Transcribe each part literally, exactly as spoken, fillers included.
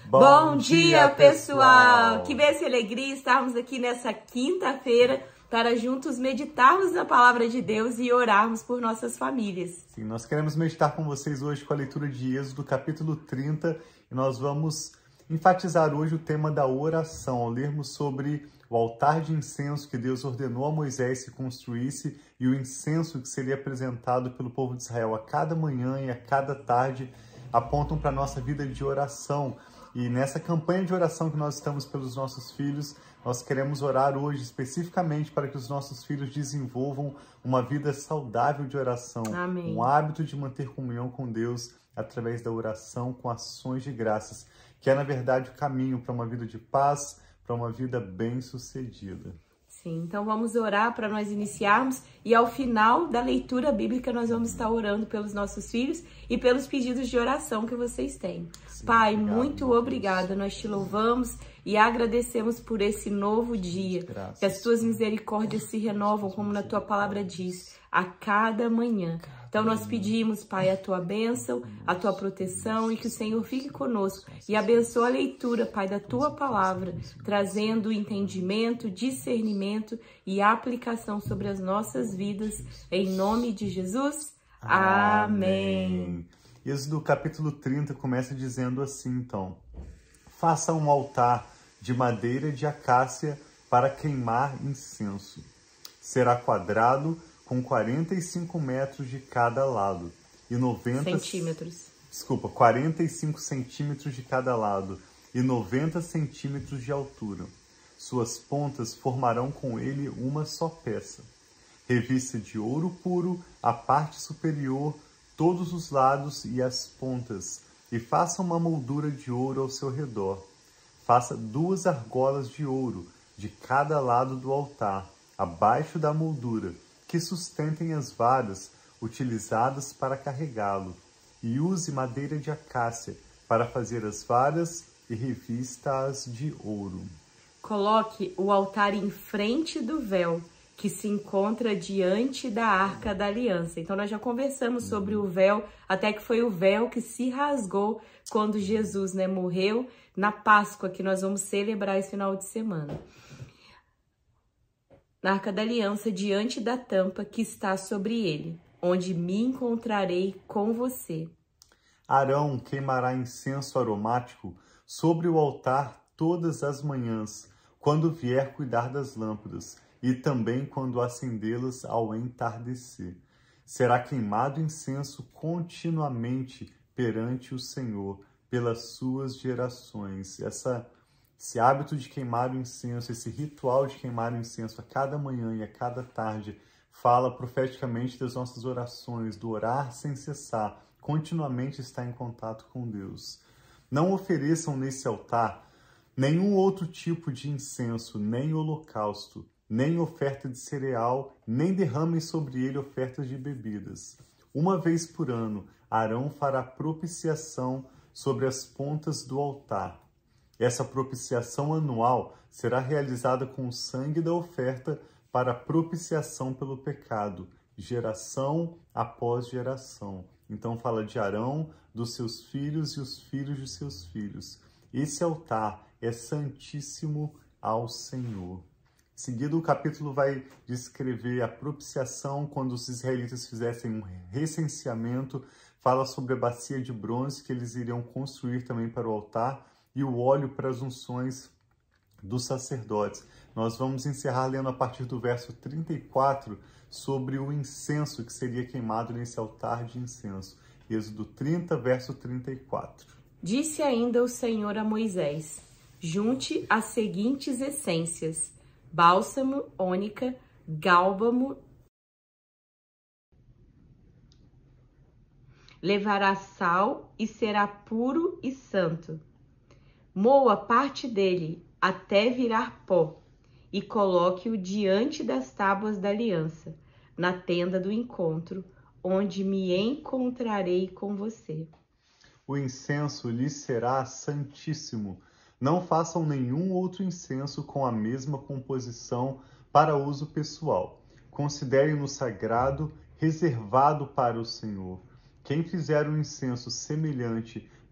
Bom dia, pessoal! Que bênção e alegria estarmos aqui nessa quinta-feira para juntos meditarmos na palavra de Deus e orarmos por nossas famílias. Sim, nós queremos meditar com vocês hoje com a leitura de Êxodo, capítulo trinta, e nós vamos enfatizar hoje o tema da oração, ao lermos sobre o altar de incenso que Deus ordenou a Moisés que construísse e o incenso que seria apresentado pelo povo de Israel a cada manhã e a cada tarde apontam para a nossa vida de oração. E nessa campanha de oração que nós estamos pelos nossos filhos, nós queremos orar hoje especificamente para que os nossos filhos desenvolvam uma vida saudável de oração. Amém. Um hábito de manter comunhão com Deus através da oração com ações de graças, que é, na verdade, o caminho para uma vida de paz, para uma vida bem-sucedida. Sim, então vamos orar para nós iniciarmos e ao final da leitura bíblica nós vamos estar orando pelos nossos filhos e pelos pedidos de oração que vocês têm. Sim, Pai, obrigado, muito obrigada, nós te louvamos e agradecemos por esse novo dia. Graças. Que as tuas misericórdias se renovam, como na tua palavra diz, a cada manhã. Então nós pedimos, Pai, a tua bênção, a tua proteção e que o Senhor fique conosco e abençoe a leitura, Pai, da tua palavra, trazendo entendimento, discernimento e aplicação sobre as nossas vidas. Em nome de Jesus, amém. Êxodo capítulo trinta começa dizendo assim, então: faça um altar de madeira de acácia para queimar incenso. Será quadrado, com quarenta e cinco metros de cada lado e noventa centímetros. Desculpa, quarenta e cinco centímetros de cada lado e noventa centímetros de altura. Suas pontas formarão com ele uma só peça. Revista de ouro puro a parte superior, todos os lados e as pontas, e faça uma moldura de ouro ao seu redor. Faça duas argolas de ouro de cada lado do altar, abaixo da moldura, que sustentem as varas utilizadas para carregá-lo, e use madeira de acácia para fazer as varas e revista-as de ouro. Coloque o altar em frente do véu, que se encontra diante da Arca da Aliança. Então, nós já conversamos sobre o véu, até que foi o véu que se rasgou quando Jesus, né, morreu na Páscoa, que nós vamos celebrar esse final de semana. Na Arca da Aliança, diante da tampa que está sobre ele, onde me encontrarei com você. Arão queimará incenso aromático sobre o altar todas as manhãs, quando vier cuidar das lâmpadas, e também quando acendê-las ao entardecer. Será queimado incenso continuamente perante o Senhor, pelas suas gerações. Essa Esse hábito de queimar o incenso, esse ritual de queimar o incenso a cada manhã e a cada tarde, fala profeticamente das nossas orações, do orar sem cessar, continuamente estar em contato com Deus. Não ofereçam nesse altar nenhum outro tipo de incenso, nem holocausto, nem oferta de cereal, nem derramem sobre ele ofertas de bebidas. Uma vez por ano, Arão fará propiciação sobre as pontas do altar. Essa propiciação anual será realizada com o sangue da oferta para propiciação pelo pecado, geração após geração. Então fala de Arão, dos seus filhos e os filhos de seus filhos. Esse altar é santíssimo ao Senhor. Em seguida, o capítulo vai descrever a propiciação quando os israelitas fizessem um recenseamento. Fala sobre a bacia de bronze que eles iriam construir também para o altar e o óleo para as unções dos sacerdotes. Nós vamos encerrar lendo a partir do verso trinta e quatro sobre o incenso que seria queimado nesse altar de incenso. Êxodo trinta, verso trinta e quatro. Disse ainda o Senhor a Moisés: junte as seguintes essências: bálsamo, ônica, gálbano. Levará sal e será puro e santo. Moa parte dele até virar pó e coloque-o diante das tábuas da aliança, na tenda do encontro, onde me encontrarei com você. O incenso lhe será santíssimo. Não façam nenhum outro incenso com a mesma composição para uso pessoal. Considerem-no sagrado, reservado para o Senhor. Quem fizer um incenso semelhante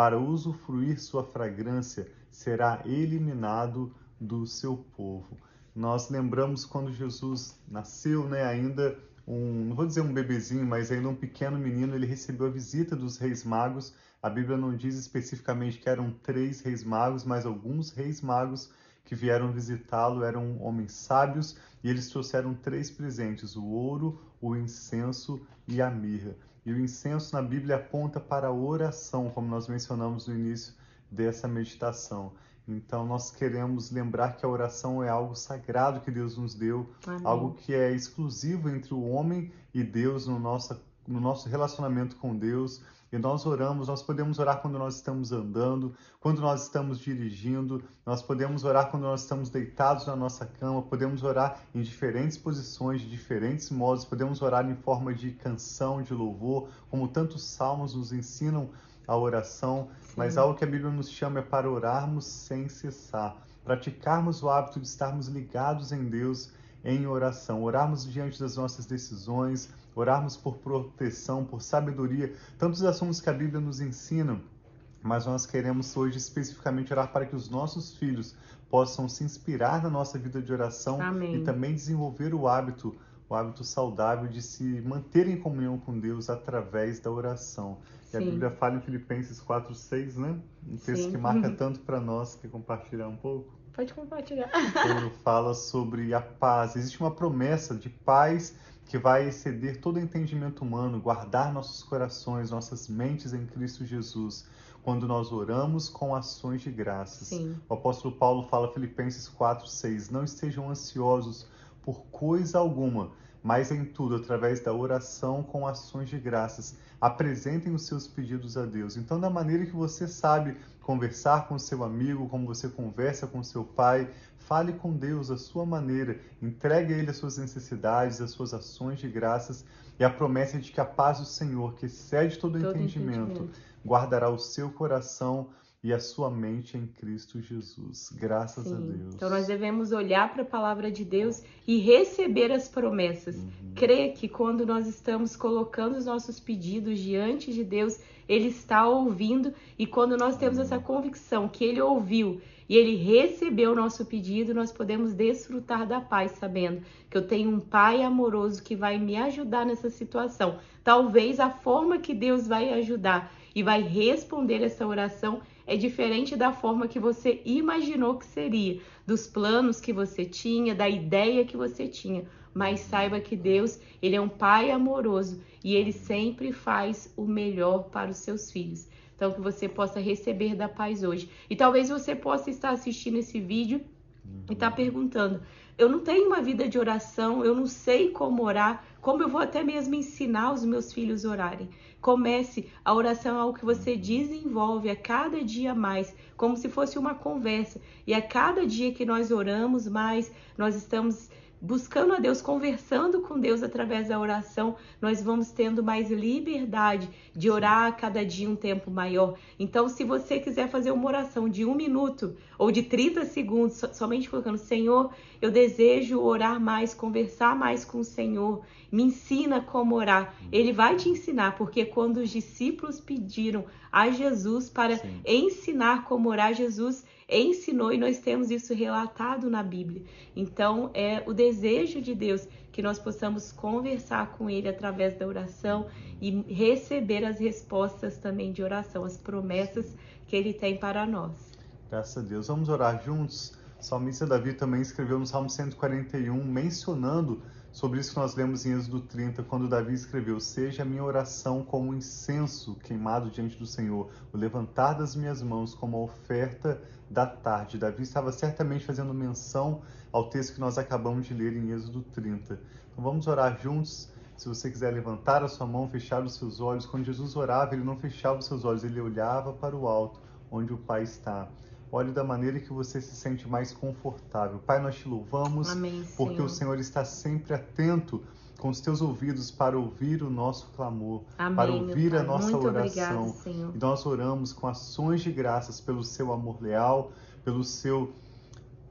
para usufruir sua fragrância, será eliminado do seu povo. Nós lembramos quando Jesus nasceu, né, ainda um, não vou dizer um bebezinho, mas ainda um pequeno menino, ele recebeu a visita dos reis magos. A Bíblia não diz especificamente que eram três reis magos, mas alguns reis magos que vieram visitá-lo eram homens sábios e eles trouxeram três presentes: o ouro, o incenso e a mirra. E o incenso na Bíblia aponta para a oração, como nós mencionamos no início dessa meditação. Então, nós queremos lembrar que a oração é algo sagrado que Deus nos deu, Amém. Algo que é exclusivo entre o homem e Deus no nosso, no nosso relacionamento com Deus. E nós oramos, nós podemos orar quando nós estamos andando, quando nós estamos dirigindo, nós podemos orar quando nós estamos deitados na nossa cama, podemos orar em diferentes posições, de diferentes modos, podemos orar em forma de canção, de louvor, como tantos salmos nos ensinam a oração. Sim. Mas algo que a Bíblia nos chama é para orarmos sem cessar, praticarmos o hábito de estarmos ligados em Deus em oração, orarmos diante das nossas decisões, orarmos por proteção, por sabedoria, tantos assuntos que a Bíblia nos ensina, mas nós queremos hoje especificamente orar para que os nossos filhos possam se inspirar na nossa vida de oração. Amém. E também desenvolver o hábito, o hábito saudável de se manter em comunhão com Deus através da oração. E a Bíblia fala em Filipenses quatro, seis, né? Um texto Sim. que marca tanto para nós. Quer compartilhar um pouco? Pode compartilhar. Quando fala sobre a paz, existe uma promessa de paz que vai exceder todo entendimento humano, guardar nossos corações, nossas mentes em Cristo Jesus, quando nós oramos com ações de graças. Sim. O apóstolo Paulo fala, Filipenses quatro, seis, não estejam ansiosos por coisa alguma, mas em tudo, através da oração com ações de graças, apresentem os seus pedidos a Deus. Então, da maneira que você sabe conversar com seu amigo, como você conversa com seu pai, fale com Deus à sua maneira, entregue a Ele as suas necessidades, as suas ações de graças e a promessa de que a paz do Senhor, que excede todo, todo entendimento, entendimento, guardará o seu coração e a sua mente em Cristo Jesus. Graças Sim. a Deus. Então nós devemos olhar para a palavra de Deus e receber as promessas. Uhum. Crer que quando nós estamos colocando os nossos pedidos diante de Deus, Ele está ouvindo, e quando nós temos uhum. essa convicção que Ele ouviu e Ele recebeu o nosso pedido, nós podemos desfrutar da paz, sabendo que eu tenho um Pai amoroso que vai me ajudar nessa situação. Talvez a forma que Deus vai ajudar e vai responder essa oração é diferente da forma que você imaginou que seria, dos planos que você tinha, da ideia que você tinha. Mas saiba que Deus, Ele é um Pai amoroso e Ele sempre faz o melhor para os seus filhos. Então, que você possa receber da paz hoje. E talvez você possa estar assistindo esse vídeo e estar perguntando, eu não tenho uma vida de oração, eu não sei como orar, como eu vou até mesmo ensinar os meus filhos a orarem? Comece, a oração é algo que você desenvolve a cada dia mais, como se fosse uma conversa. E a cada dia que nós oramos mais, nós estamos buscando a Deus, conversando com Deus através da oração, nós vamos tendo mais liberdade de orar a cada dia um tempo maior. Então, se você quiser fazer uma oração de um minuto ou de trinta segundos, somente colocando, Senhor, eu desejo orar mais, conversar mais com o Senhor, me ensina como orar. Ele vai te ensinar, porque quando os discípulos pediram a Jesus para Sim. ensinar como orar, Jesus ensinou, e nós temos isso relatado na Bíblia. Então, é o desejo de Deus que nós possamos conversar com Ele através da oração e receber as respostas também de oração, as promessas que Ele tem para nós. Graças a Deus. Vamos orar juntos? O salmista Davi também escreveu no Salmo cento e quarenta e um, mencionando sobre isso que nós lemos em Êxodo trinta, quando Davi escreveu, seja a minha oração como um incenso queimado diante do Senhor, o levantar das minhas mãos como a oferta da tarde. Davi estava certamente fazendo menção ao texto que nós acabamos de ler em Êxodo trinta. Então vamos orar juntos. Se você quiser levantar a sua mão, fechar os seus olhos. Quando Jesus orava, Ele não fechava os seus olhos, Ele olhava para o alto, onde o Pai está. Olhe da maneira que você se sente mais confortável. Pai, nós te louvamos, Amém, porque Senhor. o Senhor está sempre atento com os teus ouvidos para ouvir o nosso clamor, Amém, para ouvir a nossa Muito oração. obrigado, Senhor. E nós oramos com ações de graças pelo seu amor leal, pelo seu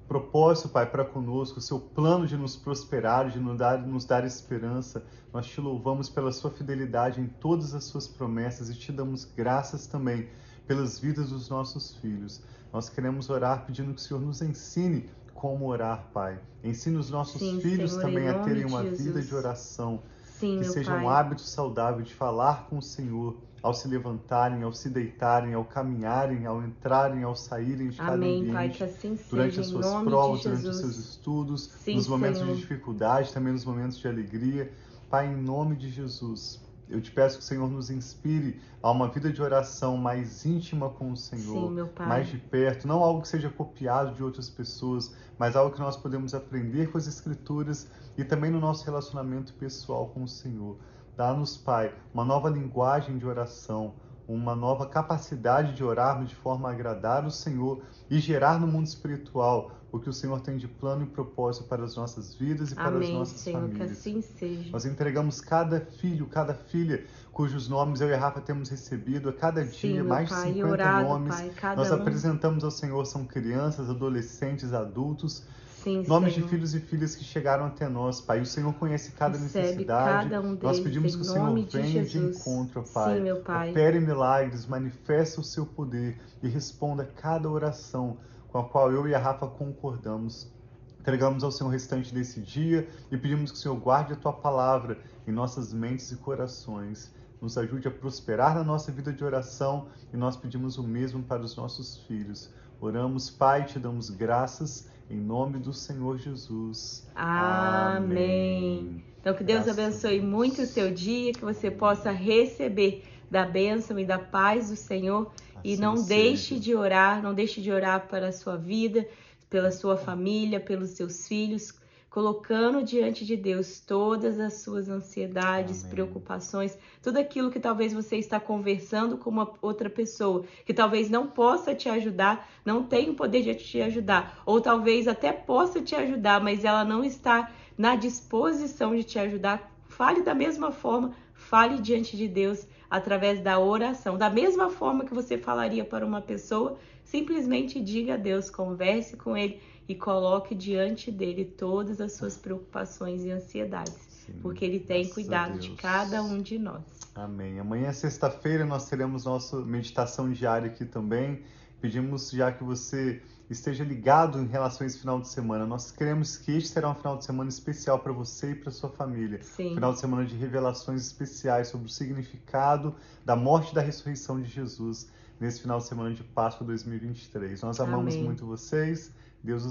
propósito, Pai, para conosco, o seu plano de nos prosperar, de nos dar, nos dar esperança. Nós te louvamos pela sua fidelidade em todas as suas promessas e te damos graças também pelas vidas dos nossos filhos. Nós queremos orar pedindo que o Senhor nos ensine como orar, Pai. Ensine os nossos Sim, filhos Senhor, também em a nome terem de uma Jesus. vida de oração. Sim, Que meu seja um Pai. hábito saudável de falar com o Senhor ao se levantarem, ao se deitarem, ao caminharem, ao entrarem, ao saírem de cada Amém, ambiente, Pai, que assim durante seja, as em suas nome provas, de durante os Jesus. seus estudos, Sim, nos momentos Senhor. de dificuldade, também nos momentos de alegria. Pai, em nome de Jesus, eu te peço que o Senhor nos inspire a uma vida de oração mais íntima com o Senhor, Sim, meu Pai. mais de perto, não algo que seja copiado de outras pessoas, mas algo que nós podemos aprender com as Escrituras e também no nosso relacionamento pessoal com o Senhor. Dá-nos, Pai, uma nova linguagem de oração, uma nova capacidade de orarmos de forma a agradar o Senhor e gerar no mundo espiritual o que o Senhor tem de plano e propósito para as nossas vidas e para as Amém, nossas Senhor, famílias. que assim seja. Nós entregamos cada filho, cada filha, cujos nomes eu e a Rafa temos recebido a cada Sim, dia, meu mais de Pai, e cinquenta orado, nomes. Pai, cada Nós um. apresentamos ao Senhor, são crianças, adolescentes, adultos, Sim, nomes Senhor. de filhos e filhas que chegaram até nós, Pai. O Senhor conhece cada Recebe necessidade. cada um Nós deles pedimos em que o nome Senhor de venha de Jesus. encontro, Pai. Sim, meu Pai. Opere milagres, manifesta o seu poder e responda cada oração com a qual eu e a Rafa concordamos. Entregamos ao Senhor o restante desse dia e pedimos que o Senhor guarde a Tua palavra em nossas mentes e corações. Nos ajude a prosperar na nossa vida de oração e nós pedimos o mesmo para os nossos filhos. Oramos, Pai, te damos graças em nome do Senhor Jesus. Amém. Então que Deus Graças abençoe a Deus. muito o seu dia, que você possa receber da bênção e da paz do Senhor. E Assim não seja. deixe de orar, não deixe de orar para a sua vida, pela sua família, pelos seus filhos, colocando diante de Deus todas as suas ansiedades, Amém. preocupações, tudo aquilo que talvez você está conversando com uma outra pessoa, que talvez não possa te ajudar, não tem o poder de te ajudar, ou talvez até possa te ajudar, mas ela não está na disposição de te ajudar. Fale da mesma forma, fale diante de Deus através da oração. Da mesma forma que você falaria para uma pessoa, simplesmente diga a Deus, converse com Ele e coloque diante dele todas as suas preocupações e ansiedades, Sim, porque Ele tem cuidado de cada um de nós. Amém. Amanhã, sexta-feira, nós teremos nossa meditação diária aqui também. Pedimos já que você esteja ligado em relação a esse final de semana. Nós queremos que este será um final de semana especial para você e para sua família. Sim. Final de semana de revelações especiais sobre o significado da morte e da ressurreição de Jesus nesse final de semana de Páscoa dois mil e vinte e três. Nós amamos Amém. muito vocês. Deus os